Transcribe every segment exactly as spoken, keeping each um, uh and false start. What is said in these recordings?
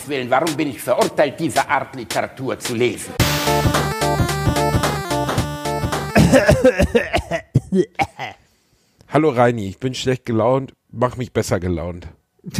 Gottes Willen, warum bin ich verurteilt, diese Art Literatur zu lesen? Hallo Reini, ich bin schlecht gelaunt, mach mich besser gelaunt.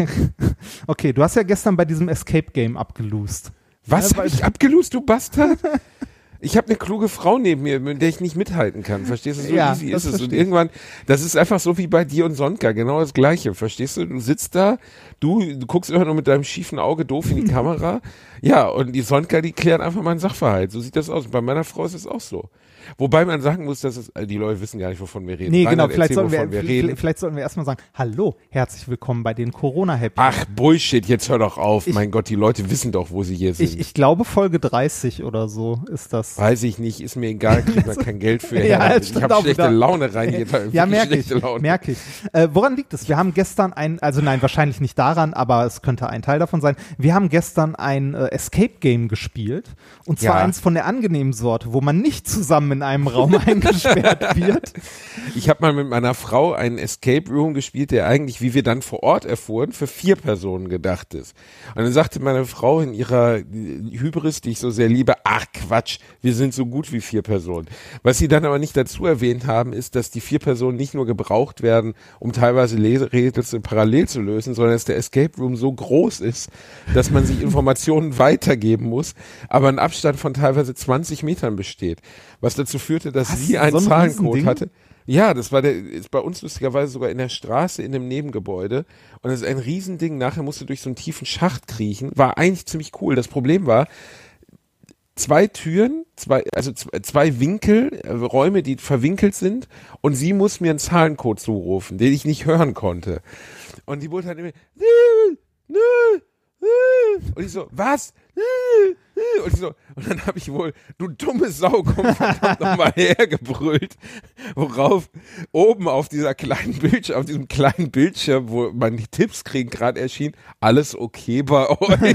Okay, du hast ja gestern bei diesem Escape Game abgelost. Was Ja, habe ich abgelost, du Bastard? Ich habe eine kluge Frau neben mir, mit der ich nicht mithalten kann. Verstehst du? So Ja, easy das ist es. Und verstehe ich. irgendwann, das ist einfach so wie bei dir und Sonka, genau das Gleiche. Verstehst du? Du sitzt da, du, du guckst immer nur mit deinem schiefen Auge doof in die Kamera. Ja, und die Sonka, die klärt einfach mal einen Sachverhalt. So sieht das aus. Und bei meiner Frau ist es auch so. Wobei man sagen muss, dass es, die Leute wissen gar nicht, wovon wir reden. Nee, Reinhard, genau, vielleicht erzähl, sollten, wir, wovon wir reden. vielleicht sollten wir erstmal sagen, hallo, herzlich willkommen bei den Corona-Happy. Ach, Bullshit, jetzt hör doch auf. Ich- mein Gott, die Leute wissen doch, wo sie hier sind. Ich, ich glaube, Folge dreißig oder so ist das. Weiß ich nicht, ist mir egal, kriegt man kein Geld für. Ja, her. das ich stimmt habe auch schlechte wieder. Laune rein. Jetzt hab ich Ja, wirklich merke ich, schlechte Laune. merke ich. Äh, woran liegt es? Wir haben gestern ein, also nein, wahrscheinlich nicht daran, aber es könnte ein Teil davon sein. Wir haben gestern ein äh, Escape-Game gespielt und zwar Ja. eins von der angenehmen Sorte, wo man nicht zusammen in einem Raum eingesperrt wird. Ich habe mal mit meiner Frau einen Escape Room gespielt, der eigentlich, wie wir dann vor Ort erfuhren, für vier Personen gedacht ist. Und dann sagte meine Frau in ihrer Hybris, die ich so sehr liebe, ach Quatsch, wir sind so gut wie vier Personen. Was sie dann aber nicht dazu erwähnt haben, ist, dass die vier Personen nicht nur gebraucht werden, um teilweise Les- Rätsel parallel zu lösen, sondern dass der Escape Room so groß ist, dass man sich Informationen weitergeben muss, aber ein Abstand von teilweise zwanzig Metern besteht. Was dazu führte, dass Was? sie einen So ein Zahlencode Riesending? hatte. Ja, das war der, ist bei uns lustigerweise sogar in der Straße in einem Nebengebäude. Und das ist ein Riesending. Nachher musste durch so einen tiefen Schacht kriechen. War eigentlich ziemlich cool. Das Problem war, zwei Türen, zwei, also z- zwei Winkel, äh, Räume, die verwinkelt sind. Und sie muss mir einen Zahlencode zurufen, den ich nicht hören konnte. Und die wurde halt immer, nö, nö, nö. Und ich so, was? Nö, nö. Und ich so, und dann habe ich wohl, du dumme Sau, komm verdammt nochmal hergebrüllt, worauf oben auf dieser kleinen Bildschirm, auf diesem kleinen Bildschirm, wo man die Tipps kriegen, gerade erschien, alles okay bei euch.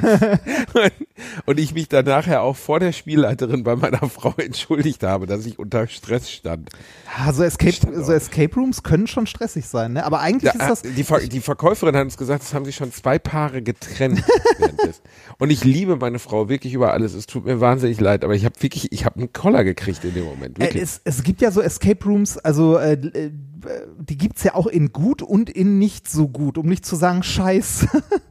Und ich mich dann nachher auch vor der Spielleiterin bei meiner Frau entschuldigt habe, dass ich unter Stress stand. Ja, so, Escape, Stand so Escape Rooms können schon stressig sein, ne? Aber eigentlich Da, ist das. die, Ver die Verkäuferin hat uns gesagt, es haben sich schon zwei Paare getrennt während des. Und ich liebe meine Frau wirklich über alles. Es tut mir wahnsinnig leid, aber ich habe wirklich, ich habe einen Koller gekriegt in dem Moment. Äh, Wirklich. es, es gibt ja so Escape Rooms, also äh, äh, die gibt's ja auch in gut und in nicht so gut, um nicht zu sagen scheiße.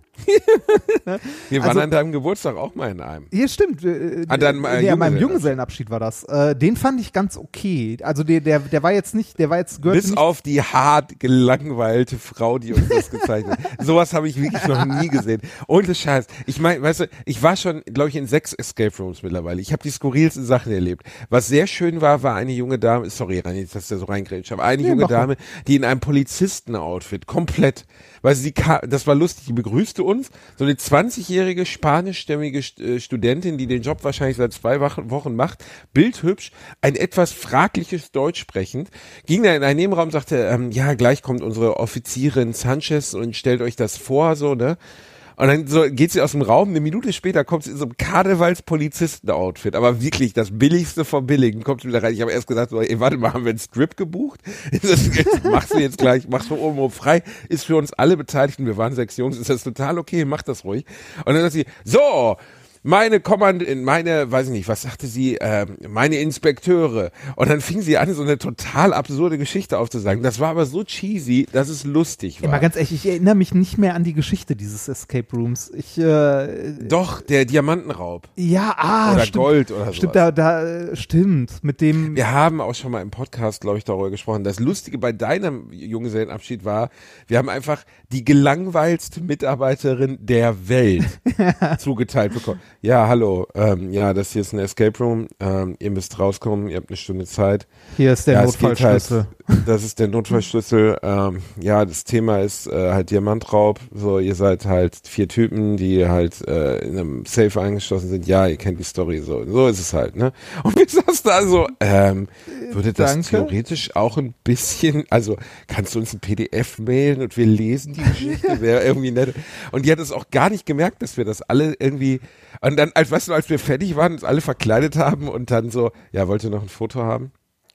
Wir waren also- an deinem Geburtstag auch mal in einem. Hier stimmt. Äh, An deinem, äh, nee, an meinem Junggesellenabschied. Junggesellenabschied war das. Äh, den fand ich ganz okay. Also der, der, der war jetzt nicht, der war jetzt gehört Bis nicht. auf die hart gelangweilte Frau, die uns das gezeigt hat. Sowas habe ich wirklich noch nie gesehen. Ohne Scheiß. Ich meine, weißt du, ich war schon, glaube ich, in sechs Escape Rooms mittlerweile. Ich habe die skurrilsten Sachen erlebt. Was sehr schön war, war eine junge Dame, sorry, Rani, dass du da so reingrätscht, aber eine Nee, junge mach mal. Dame, die in einem Polizisten-Outfit, komplett, weil sie kam, das war lustig, die begrüßte uns, so eine zwanzigjährige spanischstämmige äh, Studentin, die den Job wahrscheinlich seit zwei Wochen, Wochen macht, bildhübsch, ein etwas fragliches Deutsch sprechend, ging da in einen Nebenraum, sagte, ähm, ja, gleich kommt unsere Offizierin Sanchez und stellt euch das vor, so, ne? Und dann so geht sie aus dem Raum, eine Minute später kommt sie in so einem Karnevals-Polizisten-Outfit, aber wirklich das Billigste vom Billigen, kommt sie wieder rein. Ich habe erst gesagt, so, ey, warte mal, haben wir einen Strip gebucht? Ist das jetzt, machst du jetzt gleich, machst du oben frei, ist für uns alle Beteiligten, wir waren sechs Jungs, ist das total okay, mach das ruhig. Und dann sagt sie, so, meine Kommandin, meine, weiß ich nicht, was sagte sie, ähm, meine Inspekteure. Und dann fing sie an, so eine total absurde Geschichte aufzusagen. Das war aber so cheesy, dass es lustig war. Mal ganz ehrlich, ich erinnere mich nicht mehr an die Geschichte dieses Escape Rooms. Ich, äh, Doch, der Diamantenraub. ja, ah, Oder stimmt, Gold oder so. Stimmt, da, da, äh, stimmt, mit dem, Wir haben auch schon mal im Podcast, glaube ich, darüber gesprochen. Das Lustige bei deinem Junggesellenabschied war, wir haben einfach die gelangweilste Mitarbeiterin der Welt zugeteilt bekommen. Ja, hallo, ähm, ja, das hier ist ein Escape Room, ähm, ihr müsst rauskommen, ihr habt eine Stunde Zeit. hier ist der Ja, es geht Notfallschlüssel. Halt, das ist der Notfallschlüssel. Ähm, ja, das Thema ist äh, halt Diamantraub. So, ihr seid halt vier Typen, die halt äh, in einem Safe eingeschlossen sind. Ja, ihr kennt die Story. So, so ist es halt, ne? Und wir saßen da so, ähm, würde das Danke. theoretisch auch ein bisschen, also kannst du uns ein P D F mailen und wir lesen die Geschichte, wäre irgendwie nett. Und die hat es auch gar nicht gemerkt, dass wir das alle irgendwie, und dann, als weißt du, als wir fertig waren, uns alle verkleidet haben und dann so, ja, wollt ihr noch ein Foto haben? Ja,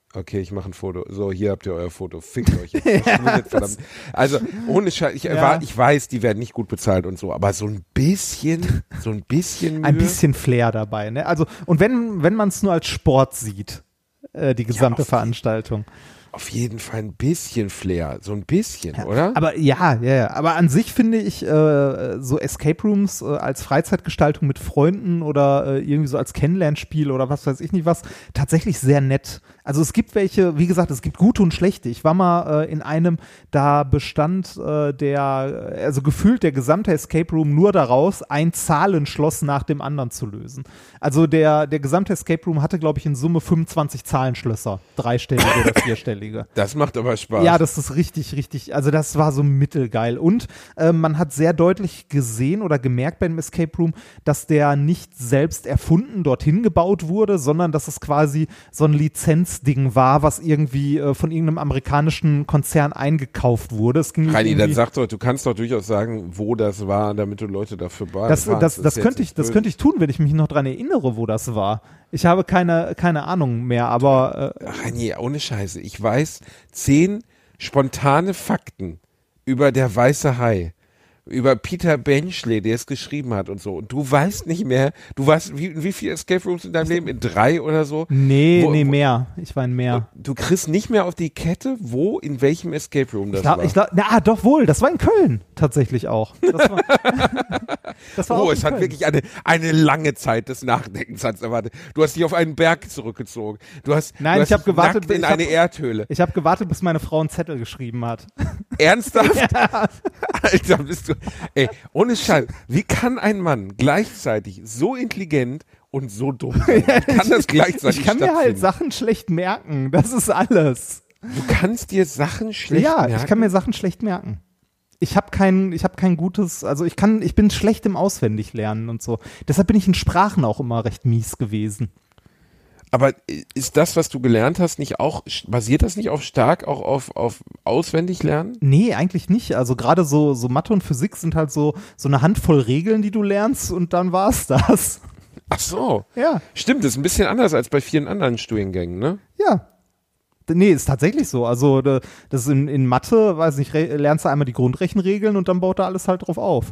Okay, ich mache ein Foto. So, hier habt ihr euer Foto. Fickt euch. Verschwindet, verdammt. Also, ohne Scheiß, ich, Ja. war, ich weiß, die werden nicht gut bezahlt und so, aber so ein bisschen, so ein bisschen Mühe. Ein bisschen Flair dabei, ne? Also, und wenn, wenn man es nur als Sport sieht, äh, die gesamte auf- Veranstaltung. Auf jeden Fall ein bisschen Flair. So ein bisschen, oder? Aber ja, ja, ja. Aber an sich finde ich äh, so Escape Rooms äh, als Freizeitgestaltung mit Freunden oder äh, irgendwie so als Kennenlernspiel oder was weiß ich nicht was, tatsächlich sehr nett. Also es gibt welche, wie gesagt, es gibt gute und schlechte. Ich war mal äh, in einem, da bestand äh, der, also gefühlt der gesamte Escape Room nur daraus, ein Zahlenschloss nach dem anderen zu lösen. Also der, der gesamte Escape Room hatte, glaube ich, in Summe fünfundzwanzig Zahlenschlösser, dreistellige oder vierstellige. Das macht aber Spaß. Ja, das ist richtig, richtig, also das war so mittelgeil. Und äh, man hat sehr deutlich gesehen oder gemerkt beim Escape Room, dass der nicht selbst erfunden dorthin gebaut wurde, sondern dass es quasi so ein Lizenzding war, was irgendwie äh, von irgendeinem amerikanischen Konzern eingekauft wurde. Es ging Reini, irgendwie- dann sag doch, du kannst doch durchaus sagen, wo das war, damit du Leute dafür bar- Das, warst. das, das, ist könnte jetzt ich, das nicht könnte ich tun, wenn ich mich noch dran erinnere, wo das war. Ich habe keine, keine Ahnung mehr, aber äh, Reini, ohne Scheiße. Ich weiß zehn spontane Fakten über der weiße Hai. Über Peter Benchley, der es geschrieben hat und so. Und du weißt nicht mehr, du warst, wie, wie viele Escape Rooms in deinem Leben? In drei oder so? nee, Wo- nee, wo- mehr. Ich war in mehr. Du kriegst nicht mehr auf die Kette, wo, in welchem Escape Room das Ich glaube, war. ich glaub, na, ah, doch wohl, das war in Köln tatsächlich auch. Das war, das war auch Oh, in es hat Köln. wirklich eine, eine lange Zeit des Nachdenkens hat's erwartet. Du hast dich auf einen Berg zurückgezogen. Du hast, Nein, du ich hast hab gewartet, nackt in ich hab- eine Erdhöhle. Ich habe gewartet, bis meine Frau einen Zettel geschrieben hat. Ernsthaft? Alter, bist du. Ey, ohne Scheiß. Wie kann ein Mann gleichzeitig so intelligent und so dumm sein? Wie kann das gleichzeitig Ich kann mir halt stattfinden? Sachen schlecht merken. Das ist alles. Du kannst dir Sachen schlecht ja, merken. ich kann mir Sachen schlecht merken. Ich habe kein, ich habe kein gutes, also ich kann, ich bin schlecht im Auswendiglernen und so. Deshalb bin ich in Sprachen auch immer recht mies gewesen. Aber ist das, was du gelernt hast, nicht auch, basiert das nicht auch stark auch auf, auf Auswendiglernen? Nee, eigentlich nicht. Also gerade so, so Mathe und Physik sind halt so, so eine Handvoll Regeln, die du lernst und dann war's das. Ach so. Ja, Stimmt, das ist ein bisschen anders als bei vielen anderen Studiengängen, ne? ja. Nee, ist tatsächlich so. Also da- das ist in, in Mathe, weiß nicht, re- lernst du einmal die Grundrechenregeln und dann baut da alles halt drauf auf.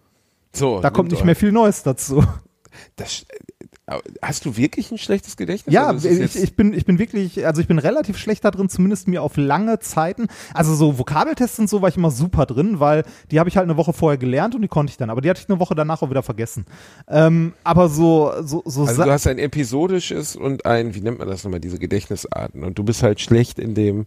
So. Da kommt nimmt nicht mehr viel Neues dazu. Das, äh, hast du wirklich ein schlechtes Gedächtnis? Ja, Also ist es ich, jetzt- ich bin, ich bin wirklich, also ich bin relativ schlecht da drin, zumindest mir auf lange Zeiten. Also so Vokabeltests und so war ich immer super drin, weil die habe ich halt eine Woche vorher gelernt und die konnte ich dann. Aber die hatte ich eine Woche danach auch wieder vergessen. Ähm, aber so, so, so Also Sa- du hast ein episodisches und ein, wie nennt man das nochmal, diese Gedächtnisarten. Und du bist halt schlecht in dem,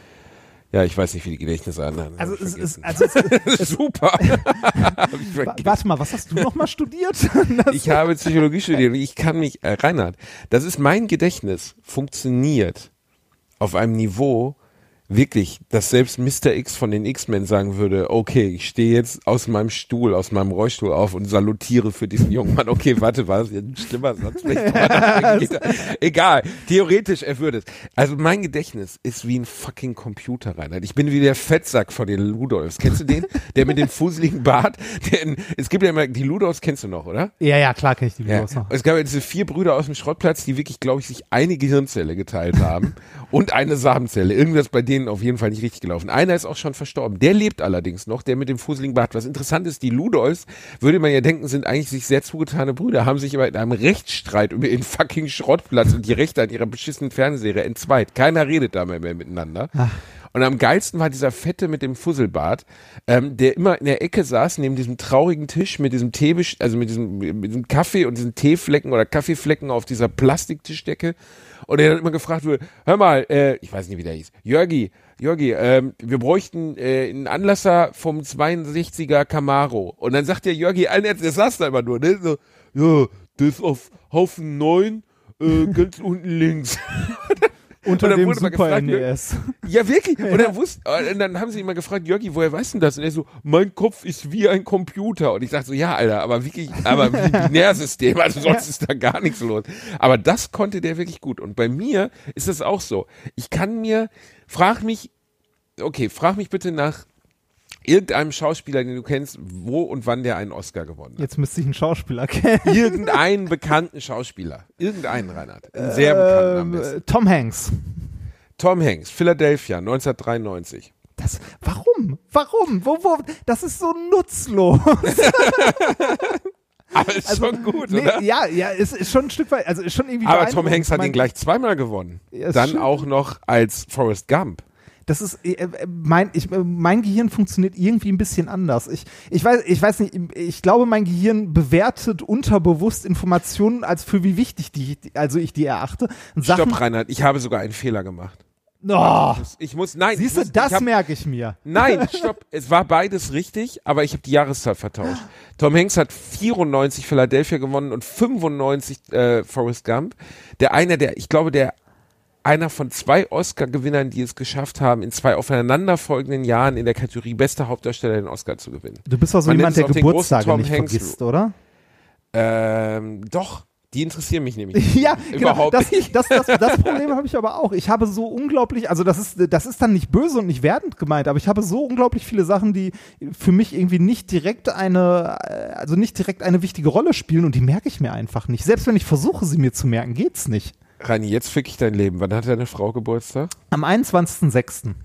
ja, ich weiß nicht, wie die Gedächtnisarten haben. also Hab ich es ist, vergessen. also es, es, Super. Hab ich wa- vergessen. warte mal, was hast du nochmal studiert? Das- Ich habe Psychologie studiert und ich kann mich, äh, Reinhard, das ist mein Gedächtnis, funktioniert auf einem Niveau, wirklich, dass selbst Mister X von den X-Men sagen würde, okay, ich stehe jetzt aus meinem Stuhl, aus meinem Rollstuhl auf und salutiere für diesen jungen Mann. Okay, warte, war das jetzt ein schlimmer Satz? Vielleicht drüber nachdenken. Geht da- Egal, theoretisch, er würde es. Also mein Gedächtnis ist wie ein fucking Computer, Reinhard. Ich bin wie der Fettsack von den Ludolfs. Kennst du den? Der mit dem fuseligen Bart? Der in, es gibt ja immer, die Ludolfs kennst du noch, oder? ja, ja, klar kenne ich die Ja. Videos noch. Es gab ja diese vier Brüder aus dem Schrottplatz, die wirklich, glaube ich, sich eine Gehirnzelle geteilt haben und eine Samenzelle. Irgendwas bei denen auf jeden Fall nicht richtig gelaufen. Einer ist auch schon verstorben. Der lebt allerdings noch, der mit dem fuseligen Bart. Was interessant ist, die Ludolfs, würde man ja denken, sind eigentlich sich sehr zugetane Brüder, haben sich aber in einem Rechtsstreit über den fucking Schrottplatz und die Rechte an ihrer beschissenen Fernsehserie entzweit. Keiner redet da mehr, mehr miteinander. Ach. Und am geilsten war dieser Fette mit dem Fusselbart, ähm, der immer in der Ecke saß, neben diesem traurigen Tisch mit diesem Tee, also mit diesem, mit diesem Kaffee und diesen Teeflecken oder Kaffeeflecken auf dieser Plastiktischdecke. Und er dann immer gefragt wurde, hör mal, äh, ich weiß nicht, wie der hieß, Jörgi, Jörgi, ähm, wir bräuchten äh, einen Anlasser vom zweiundsechziger Camaro. Und dann sagt der Jörgi, allen Ernst, der saß da immer nur, ne? So, ja, das ist auf Haufen neun, äh, ganz unten links. Unter Und dann dem wurde mal Super gefragt, N E S. Ja, wirklich. Und dann, wusste, und dann haben sie immer gefragt, Jörgi, woher weißt du das? Und er so, mein Kopf ist wie ein Computer. Und ich dachte so, ja, Alter, aber wirklich, aber wie ein Binärsystem, also sonst ist da gar nichts los. Aber das konnte der wirklich gut. Und bei mir ist es auch so. Ich kann mir, frag mich, okay, frag mich bitte nach irgendeinem Schauspieler, den du kennst, wo und wann der einen Oscar gewonnen hat. Jetzt müsste ich einen Schauspieler kennen. Irgendeinen bekannten Schauspieler. Irgendeinen, Reinhard. Einen sehr bekannten am Ähm, besten. Tom Hanks. Tom Hanks, Philadelphia, neunzehnhundertdreiundneunzig. Das, warum? Warum? Wo, wo? Das ist so nutzlos. Aber ist Also, schon gut, nee, oder? Ja, ja, ist, ist schon ein Stück weit, also ist schon irgendwie Aber Tom beeindruckend. Hanks hat Mein- ihn gleich zweimal gewonnen. Ja, ist Dann schön. auch noch als Forrest Gump. Das ist, äh, mein, ich, äh, mein Gehirn funktioniert irgendwie ein bisschen anders. Ich, ich weiß, ich weiß nicht, ich glaube, mein Gehirn bewertet unterbewusst Informationen als für wie wichtig die, also ich die erachte. Und Sachen, Stopp, Reinhard, ich habe sogar einen Fehler gemacht. Oh, Ich muss, nein. siehst ich du, muss, das ich hab, merke ich mir. Nein, stopp. Es war beides richtig, aber ich habe die Jahreszahl vertauscht. Tom Hanks hat vierundneunzig Philadelphia gewonnen und fünfundneunzig äh, Forrest Gump. Der eine, der, ich glaube, der einer von zwei Oscar-Gewinnern, die es geschafft haben, in zwei aufeinanderfolgenden Jahren in der Kategorie bester Hauptdarsteller den Oscar zu gewinnen. Du bist doch so Man jemand, nennt der es auch den großen Geburtstage Tom nicht Hanks vergisst, oder? Ähm, doch. Die interessieren mich nämlich nicht. Ja, genau. Überhaupt Das, nicht. das, das, das Problem habe ich aber auch. Ich habe so unglaublich, also das ist, das ist dann nicht böse und nicht wertend gemeint, aber ich habe so unglaublich viele Sachen, die für mich irgendwie nicht direkt eine, also nicht direkt eine wichtige Rolle spielen und die merke ich mir einfach nicht. Selbst wenn ich versuche, sie mir zu merken, geht's nicht. Rani, jetzt fick ich dein Leben. Wann hat deine Frau Geburtstag? Am einundzwanzigsten sechsten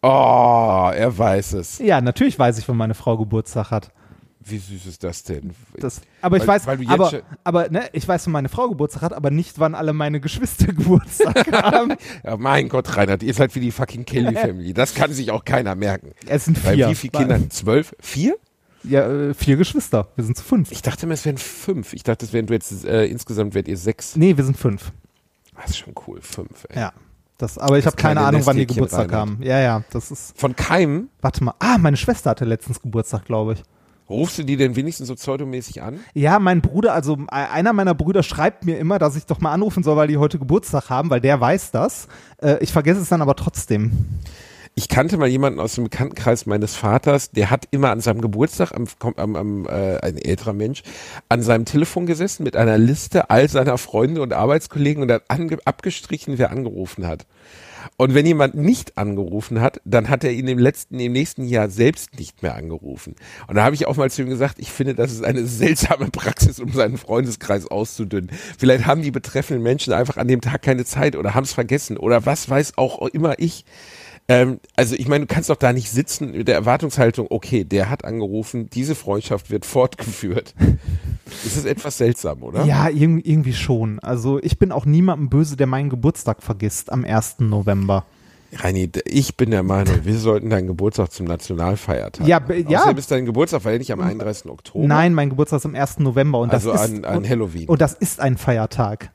Oh, er weiß es. Ja, natürlich weiß ich, wann meine Frau Geburtstag hat. Wie süß ist das denn? Das, aber ich Weil- weiß, weil du jetzt aber, schon- aber ne, ich weiß, wann meine Frau Geburtstag hat, aber nicht, wann alle meine Geschwister Geburtstag haben. Ja, mein Gott, Reinhard, ihr seid wie die fucking Kelly Family. Das kann sich auch keiner merken. Es sind Weil vier. wie viele Kinder? Zwölf? Vier? Ja, äh, vier Geschwister. Wir sind zu fünf. Ich dachte immer, es wären fünf. Ich dachte, es wären du jetzt äh, insgesamt wärt ihr sechs. Nee, wir sind fünf. Das ist schon cool, fünf. Ey. Ja. Das, aber ich Das habe keine kleine Ahnung, wann die Nesthäkchen Geburtstag Reinhard. haben. Ja, ja, das ist. Von keinem Warte mal. Ah, meine Schwester hatte letztens Geburtstag, glaube ich. rufst du die denn wenigstens so pseudomäßig an? Ja, mein Bruder, also äh, einer meiner Brüder schreibt mir immer, dass ich doch mal anrufen soll, weil die heute Geburtstag haben, weil der weiß das. Äh, ich vergesse es dann aber trotzdem. Ich kannte mal jemanden aus dem Bekanntenkreis meines Vaters, der hat immer an seinem Geburtstag, am, am, am, äh, ein älterer Mensch, an seinem Telefon gesessen mit einer Liste all seiner Freunde und Arbeitskollegen und hat ange, abgestrichen, wer angerufen hat. Und wenn jemand nicht angerufen hat, dann hat er ihn im letzten, im nächsten Jahr selbst nicht mehr angerufen. Und da habe ich auch mal zu ihm gesagt, ich finde, das ist eine seltsame Praxis, um seinen Freundeskreis auszudünnen. Vielleicht haben die betreffenden Menschen einfach an dem Tag keine Zeit oder haben es vergessen oder was weiß auch immer ich. Ähm, also ich meine, du kannst doch da nicht sitzen mit der Erwartungshaltung, okay, der hat angerufen, diese Freundschaft wird fortgeführt. Das ist etwas seltsam, oder? Ja, irg- irgendwie schon. Also ich bin auch niemandem böse, der meinen Geburtstag vergisst am ersten November. Reini, ich bin der Meinung, wir sollten deinen Geburtstag zum Nationalfeiertag Ja, machen. b- ja. Außerdem ist dein Geburtstag, weil nicht am einunddreißigsten Oktober. Nein, mein Geburtstag ist am ersten November und Also das ist an, an und, Halloween. und das ist ein Feiertag.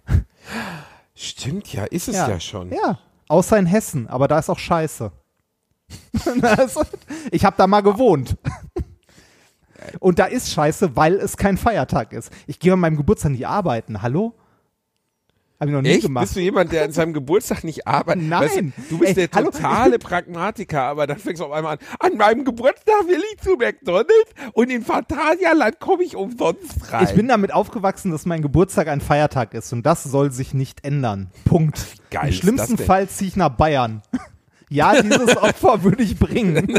Stimmt ja, ist es Ja. ja, schon. Ja, außer in Hessen, aber da ist auch scheiße. Das- ich habe da mal gewohnt. Und da ist scheiße, weil es kein Feiertag ist. Ich gehe an meinem Geburtstag nicht arbeiten. Hallo? Habe ich noch nie Echt? gemacht. Bist du jemand, der an seinem Geburtstag nicht arbeitet? Nein. Weißt du, du bist Ey, der hallo, totale ich Pragmatiker, aber dann fängst du auf einmal an, an meinem Geburtstag will ich zu McDonald's und in Phantasialand komme ich umsonst rein. Ich bin damit aufgewachsen, dass mein Geburtstag ein Feiertag ist und das soll sich nicht ändern. Punkt. geil Im ist schlimmsten das denn? Fall ziehe ich nach Bayern. Ja, dieses Opfer würde ich bringen.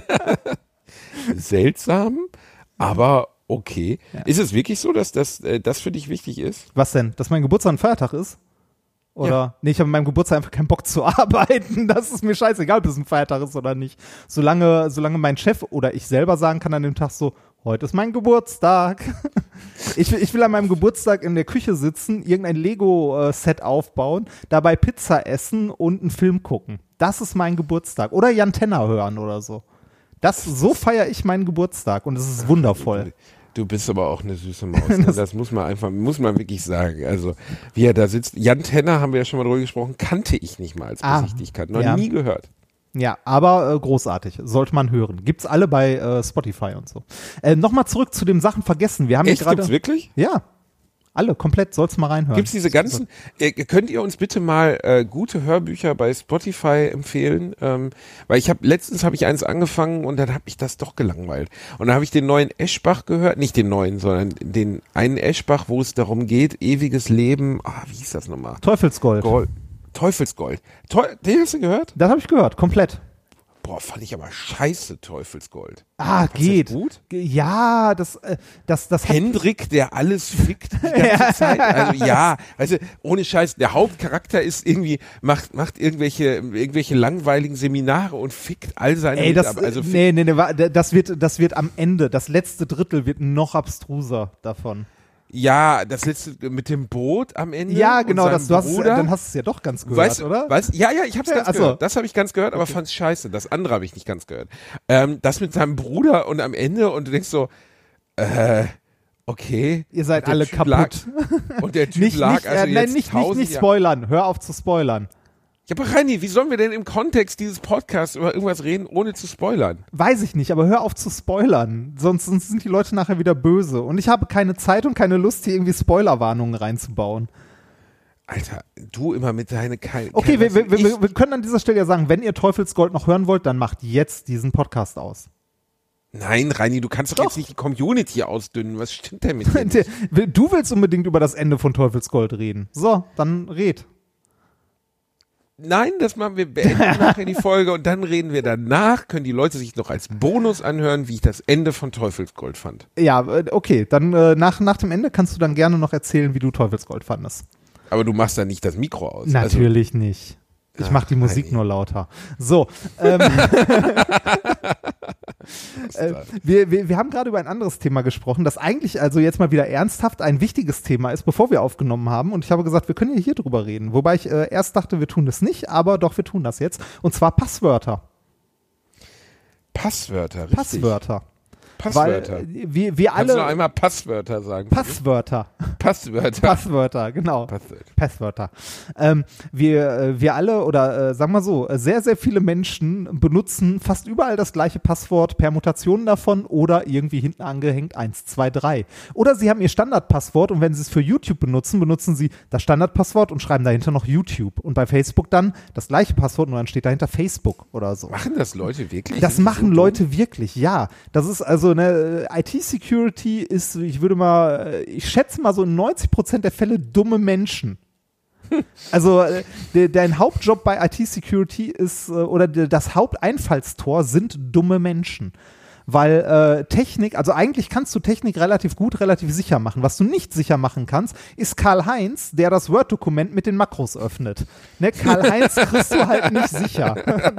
Seltsam, aber okay. Ist es wirklich so, dass das, äh, das für dich wichtig ist? Was denn? Dass mein Geburtstag ein Feiertag ist? Oder? Ja. Nee, ich habe an meinem Geburtstag einfach keinen Bock zu arbeiten. Das ist mir scheißegal, ob es ein Feiertag ist oder nicht. Solange, solange mein Chef oder ich selber sagen kann an dem Tag so, heute ist mein Geburtstag. Ich will, ich will an meinem Geburtstag in der Küche sitzen, irgendein Lego-Set aufbauen, dabei Pizza essen und einen Film gucken. Das ist mein Geburtstag. Oder Jan Tenner hören oder so. Das, so feiere ich meinen Geburtstag und es ist wundervoll. Du bist aber auch eine süße Maus. Ne? Das muss man einfach, muss man wirklich sagen. Also, wie er da sitzt. Jan Tenner, haben wir ja schon mal drüber gesprochen, kannte ich nicht mal als Ah, Gesicht. Ich kannte, noch ja. nie gehört. Ja, aber äh, großartig. Sollte man hören. Gibt's alle bei äh, Spotify und so. Äh, Nochmal zurück zu dem Sachen vergessen. Wir haben Echt? hier gerade. Gibt's wirklich? Ja. Alle, komplett, sollst mal reinhören. Gibt's diese ganzen, äh, könnt ihr uns bitte mal äh, gute Hörbücher bei Spotify empfehlen? Ähm, weil ich habe letztens habe ich eins angefangen und dann habe ich das doch gelangweilt. Und dann habe ich den neuen Eschbach gehört, nicht den neuen, sondern den einen Eschbach, wo es darum geht, ewiges Leben, ah, wie hieß das nochmal? Teufelsgold. Gold, Teufelsgold. Teu den hast du gehört? Das habe ich gehört, komplett. Boah, fand ich aber scheiße, Teufelsgold. Ah, Fandst geht. Das gut? Ge- Ja, das, äh, das, das hat- Hendrik, der alles fickt die ganze Zeit. Also ja, also ohne Scheiß, der Hauptcharakter ist irgendwie, macht, macht irgendwelche, irgendwelche langweiligen Seminare und fickt all seine Ey, das, Mitarbeiter. Also fickt- nee, nee, nee, wa- das wird, das wird am Ende, das letzte Drittel wird noch abstruser davon. ja, das letzte mit dem Boot am Ende. Ja, und genau, seinem das, du hast, es- Bruder. dann hast du es ja doch ganz gehört, Weißt, oder? Weißt, ja, ja, ich hab's Ja, ganz ach so. gehört. Das habe ich ganz gehört, aber fand's scheiße. Das andere habe ich nicht ganz gehört. Ähm, das mit seinem Bruder und am Ende und du denkst so, äh, okay. Ihr seid Und der alle Typ kaputt. Lag, und der Typ nicht, lag nicht, also äh, jetzt nein, nicht, nicht, tausend nicht Jahre- spoilern. Hör auf zu spoilern. Ja, aber Reini, wie sollen wir denn im Kontext dieses Podcasts über irgendwas reden, ohne zu spoilern? Weiß ich nicht, aber hör auf zu spoilern. Sonst, sonst sind die Leute nachher wieder böse. Und ich habe keine Zeit und keine Lust, hier irgendwie Spoilerwarnungen reinzubauen. Alter, du immer mit deine keine. Okay, keine, wir, wir, ich, wir, wir können an dieser Stelle ja sagen, wenn ihr Teufelsgold noch hören wollt, dann macht jetzt diesen Podcast aus. Nein, Reini, du kannst doch, Doch. jetzt nicht die Community ausdünnen. Was stimmt denn mit dir? nicht? Du willst unbedingt über das Ende von Teufelsgold reden. So, dann red. Nein, das machen wir, beenden nachher die Folge und dann reden wir danach, können die Leute sich noch als Bonus anhören, wie ich das Ende von Teufelsgold fand. Ja, äh, okay, dann äh, nach, nach dem Ende kannst du dann gerne noch erzählen, wie du Teufelsgold fandest. Aber du machst da nicht das Mikro aus. Natürlich nicht. Ich Ach, mach die Musik Heidi. nur lauter. So, ähm, äh, wir, wir, wir haben gerade über ein anderes Thema gesprochen, das eigentlich also jetzt mal wieder ernsthaft ein wichtiges Thema ist, bevor wir aufgenommen haben. Und ich habe gesagt, wir können ja hier drüber reden. Wobei ich äh, erst dachte, wir tun das nicht, aber doch, wir tun das jetzt. Und zwar Passwörter. Passwörter, richtig. Passwörter. Passwörter. Weil äh, wir, wir Kannst du noch alle. einmal Passwörter sagen? Passwörter. Passwörter. Passwörter, genau. Passwörter. Passwörter. Ähm, wir, äh, wir alle oder äh, sagen wir so, äh, sehr, sehr viele Menschen benutzen fast überall das gleiche Passwort, Permutationen davon oder irgendwie hinten angehängt eins, zwei, drei. Oder sie haben ihr Standardpasswort und wenn sie es für YouTube benutzen, benutzen sie das Standardpasswort und schreiben dahinter noch YouTube. Und bei Facebook dann das gleiche Passwort und dann steht dahinter Facebook oder so. Machen das Leute wirklich? Das Sind die machen so Leute wirklich, ja. Das ist also eine I T-Security ist, ich würde mal, ich schätze mal so in neunzig Prozent der Fälle dumme Menschen. Also äh, de, dein Hauptjob bei I T-Security ist, äh, oder de, das Haupteinfallstor sind dumme Menschen. Weil äh, Technik, also eigentlich kannst du Technik relativ gut, relativ sicher machen. Was du nicht sicher machen kannst, ist Karl-Heinz, der das Word-Dokument mit den Makros öffnet. Ne? Karl-Heinz kriegst du halt nicht sicher.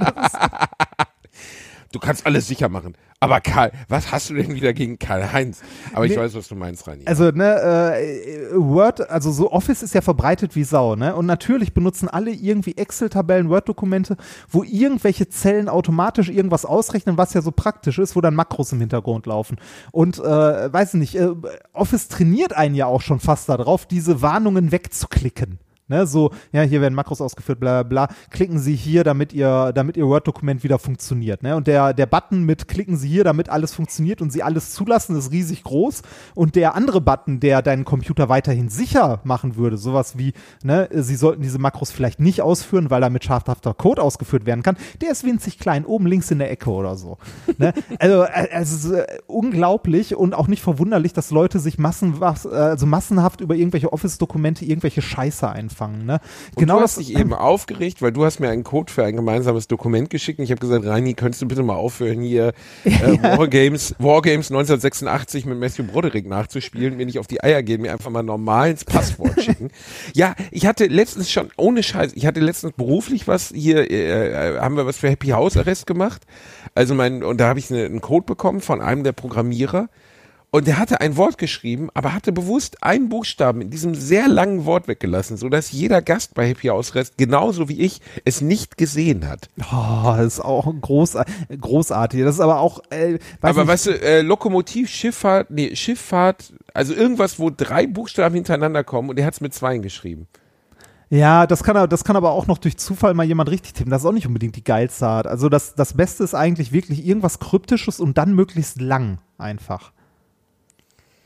Du kannst alles sicher machen. Aber Karl, was hast du denn wieder gegen Karl-Heinz? Aber ich Nee. weiß, was du meinst, Reini. Also, ne, äh, Word, also so Office ist ja verbreitet wie Sau, ne? Und natürlich benutzen alle irgendwie Excel-Tabellen, Word-Dokumente, wo irgendwelche Zellen automatisch irgendwas ausrechnen, was ja so praktisch ist, wo dann Makros im Hintergrund laufen. Und, äh, weiß ich nicht, äh, Office trainiert einen ja auch schon fast darauf, diese Warnungen wegzuklicken. Ne, so, ja, hier werden Makros ausgeführt, bla bla bla. Klicken Sie hier, damit Ihr, damit Ihr Word-Dokument wieder funktioniert. Ne? Und der, der Button mit klicken Sie hier, damit alles funktioniert und Sie alles zulassen, ist riesig groß. Und der andere Button, der deinen Computer weiterhin sicher machen würde, sowas wie, ne, Sie sollten diese Makros vielleicht nicht ausführen, weil damit schadhafter Code ausgeführt werden kann, der ist winzig klein, oben links in der Ecke oder so. Ne? Also, äh, es ist äh, unglaublich und auch nicht verwunderlich, dass Leute sich massen, also massenhaft über irgendwelche Office-Dokumente irgendwelche Scheiße einfallen. Ne? Und Genau du das hast dich eben aufgeregt, weil du hast mir einen Code für ein gemeinsames Dokument geschickt und ich habe gesagt, Reini, könntest du bitte mal aufhören, hier äh, Wargames, Wargames neunzehnhundertsechsundachtzig mit Matthew Broderick nachzuspielen, mir nicht auf die Eier gehen, mir einfach mal normal ins Passwort schicken. Ja, ich hatte letztens schon, ohne Scheiß, ich hatte letztens beruflich was hier, äh, haben wir was für Happy House Arrest gemacht. Also mein, und da habe ich eine, einen Code bekommen von einem der Programmierer. Und der hatte ein Wort geschrieben, aber hatte bewusst einen Buchstaben in diesem sehr langen Wort weggelassen, sodass jeder Gast bei Happy House Rest, genauso wie ich, es nicht gesehen hat. Oh, das ist auch groß, großartig. Das ist aber auch, äh, weiß aber nicht, weißt du, äh, Lokomotiv, Schifffahrt, nee, Schifffahrt, also irgendwas, wo drei Buchstaben hintereinander kommen und der hat es mit zweien geschrieben. ja, das kann, das kann aber auch noch durch Zufall mal jemand richtig tippen. Das ist auch nicht unbedingt die geilste Art. Also das, das Beste ist eigentlich wirklich irgendwas Kryptisches und dann möglichst lang einfach.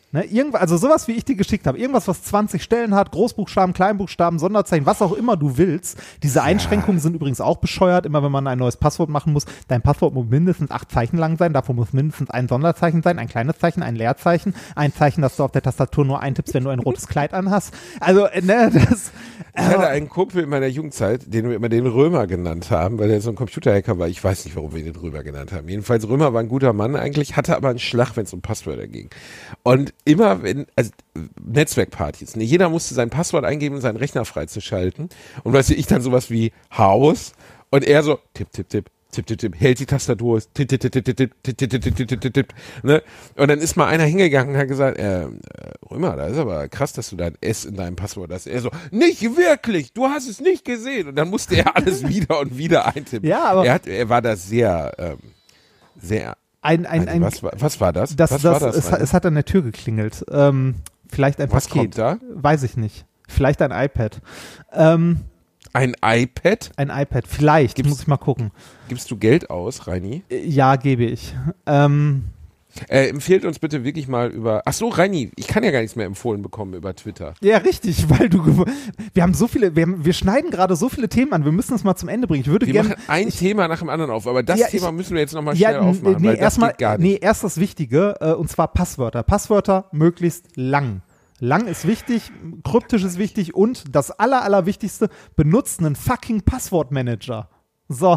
Ne, irgendwas, also sowas, wie ich dir geschickt habe, irgendwas, was zwanzig Stellen hat, Großbuchstaben, Kleinbuchstaben, Sonderzeichen, was auch immer du willst. Diese Einschränkungen ja. sind übrigens auch bescheuert, immer wenn man ein neues Passwort machen muss. Dein Passwort muss mindestens acht Zeichen lang sein, davon muss mindestens ein Sonderzeichen sein, ein kleines Zeichen, ein Leerzeichen, ein Zeichen, das du auf der Tastatur nur eintippst, wenn du ein rotes Kleid anhast. Also, ne, das... Ich hatte einen Kumpel in meiner Jugendzeit, den wir immer den Römer genannt haben, weil der so ein Computerhacker war. Ich weiß nicht, warum wir den Römer genannt haben. Jedenfalls, Römer war ein guter Mann eigentlich, hatte aber einen Schlag, wenn es um Passwörter ging. Und immer wenn, also Netzwerkpartys, ne, jeder musste sein Passwort eingeben, um seinen Rechner freizuschalten. Und weißt du, ich dann sowas wie Haus und er so tipp, tipp, tipp. Tipp, tipp, tipp, hält die Tastatur, tipp, tipp, tipp, tipp, tipp, tipp, tipp, tipp, tipp, tipp, tipp, tipp, ne? Und dann ist mal einer hingegangen und hat gesagt, äh, Römer, das ist aber krass, dass du dein S in deinem Passwort hast. Er so, nicht wirklich, du hast es nicht gesehen. Und dann musste er alles wieder und wieder eintippen. Ja, aber er hat, er war da sehr, ähm, sehr, ein, ein, ein, was, war, was war das? das, was das, war das? Es, es hat an der Tür geklingelt. Ähm, vielleicht ein was Paket. kommt da? Weiß ich nicht. Vielleicht ein iPad. Ähm, Ein iPad? Ein iPad, vielleicht, Gibt's, muss ich mal gucken. Gibst du Geld aus, Reini? Ja, gebe ich. Ähm, äh, empfehlt uns bitte wirklich mal über, ach so, Reini, ich kann ja gar nichts mehr empfohlen bekommen über Twitter. Ja, richtig, weil du, wir haben so viele, wir, haben, wir schneiden gerade so viele Themen an, wir müssen das mal zum Ende bringen. Ich würde wir gerne. machen ein ich, Thema nach dem anderen auf, aber das ja, Thema ich, müssen wir jetzt nochmal ja, schnell aufmachen, nee, weil das erst mal, geht gar nicht. Nee, erst das Wichtige, äh, und zwar Passwörter. Passwörter möglichst lang. Lang ist wichtig, kryptisch ist wichtig und das aller, allerwichtigste, benutzt einen fucking Passwortmanager. So.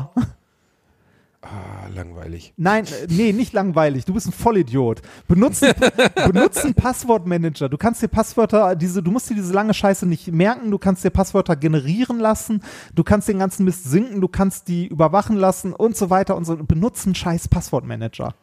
Ah, langweilig. Nein, äh, nee, nicht langweilig. Du bist ein Vollidiot. Benutzt, benutzt einen Passwortmanager. Du kannst dir Passwörter, diese, du musst dir diese lange Scheiße nicht merken. Du kannst dir Passwörter generieren lassen. Du kannst den ganzen Mist sinken. Du kannst die überwachen lassen und so weiter und so. Benutzt einen scheiß Passwortmanager.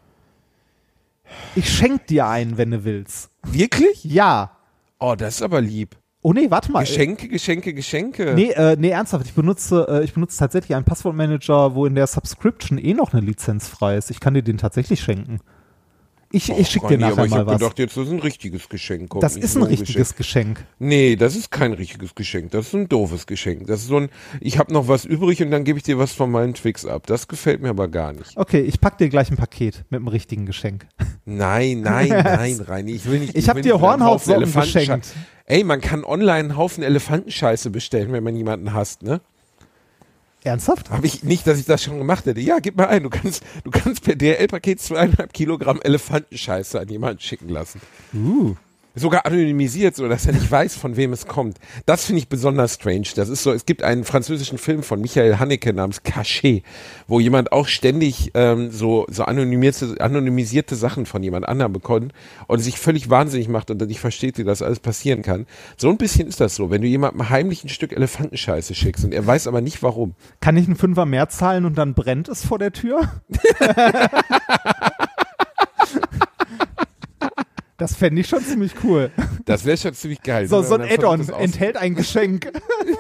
Ich schenk dir einen, wenn du willst. Wirklich? Ja. Oh, das ist aber lieb. Oh nee, warte mal. Geschenke, Geschenke, Geschenke. Nee, äh, nee, ernsthaft. Ich benutze, äh, ich benutze tatsächlich einen Passwortmanager, wo in der Subscription eh noch eine Lizenz frei ist. Ich kann dir den tatsächlich schenken. Ich, ich schicke dir nachher aber ich mal hab was. Ich gedacht, jetzt ist ein richtiges Geschenk. Kommt Das nicht ist ein so richtiges Geschenk. Geschenk. Nee, das ist kein richtiges Geschenk. Das ist ein doofes Geschenk. Das ist so ein, ich habe noch was übrig und dann gebe ich dir was von meinen Twix ab. Das gefällt mir aber gar nicht. Okay, ich pack dir gleich ein Paket mit einem richtigen Geschenk. Nein, nein, nein, Reini. Ich will nicht. Ich, ich habe dir Hornhautsocken geschenkt. Ey, man kann online einen Haufen Elefantenscheiße bestellen, wenn man jemanden hasst, ne? Ernsthaft? Habe ich nicht, dass ich das schon gemacht hätte. Ja, gib mal ein. Du kannst, du kannst per D H L-Paket zweieinhalb Kilogramm Elefantenscheiße an jemanden schicken lassen. Uh. Sogar anonymisiert, so dass er nicht weiß, von wem es kommt. Das finde ich besonders strange. Das ist so, es gibt einen französischen Film von Michael Haneke namens Cachet, wo jemand auch ständig ähm, so, so anonymisierte, anonymisierte Sachen von jemand anderem bekommt und sich völlig wahnsinnig macht und dann nicht versteht, wie das alles passieren kann. So ein bisschen ist das so, wenn du jemandem heimlich ein Stück Elefantenscheiße schickst und er weiß aber nicht warum. Kann ich einen Fünfer mehr zahlen und dann brennt es vor der Tür? Das fände ich schon ziemlich cool. Das wäre schon ziemlich geil. So, so ein Add-on enthält ein Geschenk.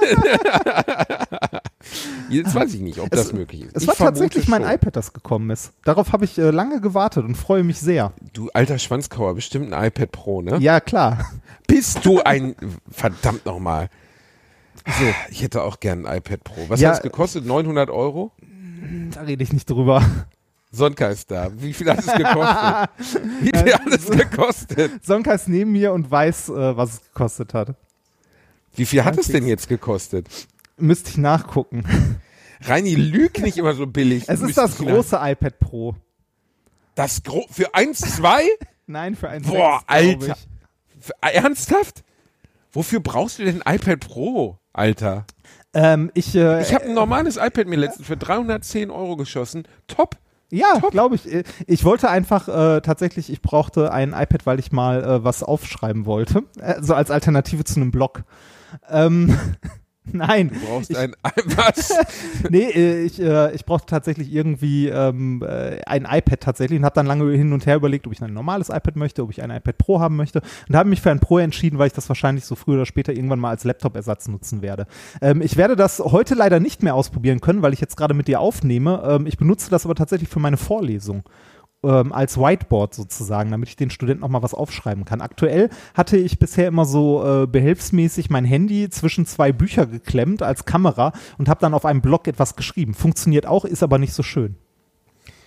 Jetzt weiß ich nicht, ob es, das möglich ist. Es ich war tatsächlich mein schon. iPad, das gekommen ist. Darauf habe ich äh, lange gewartet und freue mich sehr. Du alter Schwanzkauer, bestimmt ein iPad Pro, ne? Ja, klar. Bist du ein, verdammt nochmal. So. Ich hätte auch gern ein iPad Pro. Was ja, hat es gekostet? neunhundert Euro? Da rede ich nicht drüber. Sonka ist da. Wie viel hat es gekostet? Wie viel hat es gekostet? Sonka ist neben mir und weiß, äh, was es gekostet hat. Wie viel hat es denn jetzt gekostet? Müsste ich nachgucken. Reini, lüg nicht immer so billig. Es ist das große nach- iPad Pro. Das gro- für eins Komma zwei? Nein, für eins Komma sechs. Boah, Alter. Ich. Für, ernsthaft? Wofür brauchst du denn ein iPad Pro, Alter? Ähm, ich äh, ich habe ein normales iPad mir letztens für dreihundertzehn Euro geschossen. Top. Ja, glaube ich. Ich wollte einfach äh, tatsächlich, ich brauchte ein iPad, weil ich mal äh, was aufschreiben wollte. Also als Alternative zu einem Blog. Ähm, nein. Du brauchst ich, ein was? Nee, ich, äh, ich brauchte tatsächlich irgendwie ähm, äh, ein iPad tatsächlich und habe dann lange hin und her überlegt, ob ich ein normales iPad möchte, ob ich ein iPad Pro haben möchte und habe mich für ein Pro entschieden, weil ich das wahrscheinlich so früher oder später irgendwann mal als Laptop-Ersatz nutzen werde. Ähm, ich werde das heute leider nicht mehr ausprobieren können, weil ich jetzt gerade mit dir aufnehme. Ähm, ich benutze das aber tatsächlich für meine Vorlesung. Ähm, als Whiteboard sozusagen, damit ich den Studenten noch mal was aufschreiben kann. Aktuell hatte ich bisher immer so äh, behelfsmäßig mein Handy zwischen zwei Bücher geklemmt als Kamera und habe dann auf einem Blog etwas geschrieben. Funktioniert auch, ist aber nicht so schön.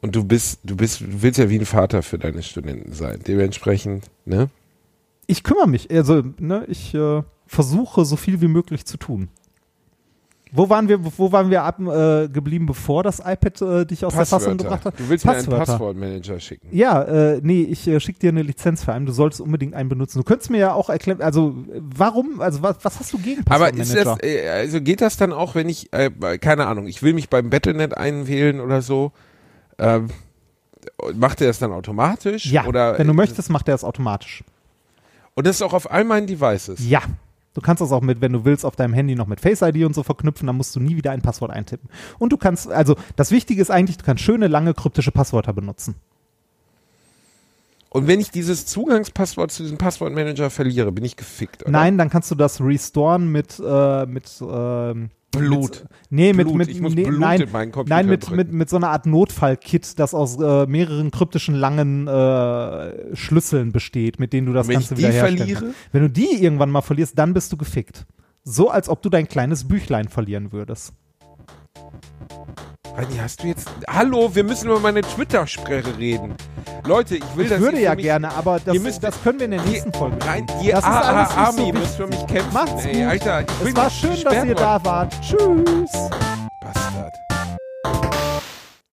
Und du bist, du bist, du willst ja wie ein Vater für deine Studenten sein. Dementsprechend, ne? Ich kümmere mich, also, ne, ich äh, versuche so viel wie möglich zu tun. Wo waren wir, wo waren wir ab, äh, geblieben, bevor das iPad äh, dich aus der Fassung gebracht hat? Du willst Passwörter. mir einen Passwortmanager schicken. Ja, äh, nee, ich äh, schicke dir eine Lizenz für einen. Du solltest unbedingt einen benutzen. Du könntest mir ja auch erklären, also warum, also was, was hast du gegen Passwortmanager? Aber ist das, äh, also geht das dann auch, wenn ich, äh, keine Ahnung, ich will mich beim Battle Punkt net einwählen oder so, ähm, macht er das dann automatisch? Ja, oder, wenn du möchtest, macht er das automatisch. Und das ist auch auf all meinen Devices? Ja. Du kannst das auch mit, wenn du willst, auf deinem Handy noch mit Face I D und so verknüpfen, dann musst du nie wieder ein Passwort eintippen. Und du kannst, also das Wichtige ist eigentlich, du kannst schöne, lange, kryptische Passwörter benutzen. Und wenn ich dieses Zugangspasswort zu diesem Passwortmanager verliere, bin ich gefickt, oder? Nein, dann kannst du das restoren mit, äh, mit, ähm, Blut. Mit, nee, mit, Blut. mit, Ich muss nee, Blut nein, in meinen Computer nein, mit, drücken. mit, mit so einer Art Notfall-Kit, das aus äh, mehreren kryptischen langen äh, Schlüsseln besteht, mit denen du das Wenn Ganze ich wieder die herstellen verliere? kannst. Wenn du die irgendwann mal verlierst, dann bist du gefickt. So, als ob du dein kleines Büchlein verlieren würdest. Reini, hast du jetzt... Hallo, wir müssen über meine Twitter-Sperre reden. Leute, ich will Ich das... würde ihr ja für mich, gerne, aber das, ihr müsst- das können wir in der nächsten die- Folge Nein, tun. die Das ist alles nicht so Army wichtig. müsst für mich kämpfen. Macht's ey, gut. Alter, ich will Es war nicht schön, dass gesperrt ihr worden. da wart. Tschüss.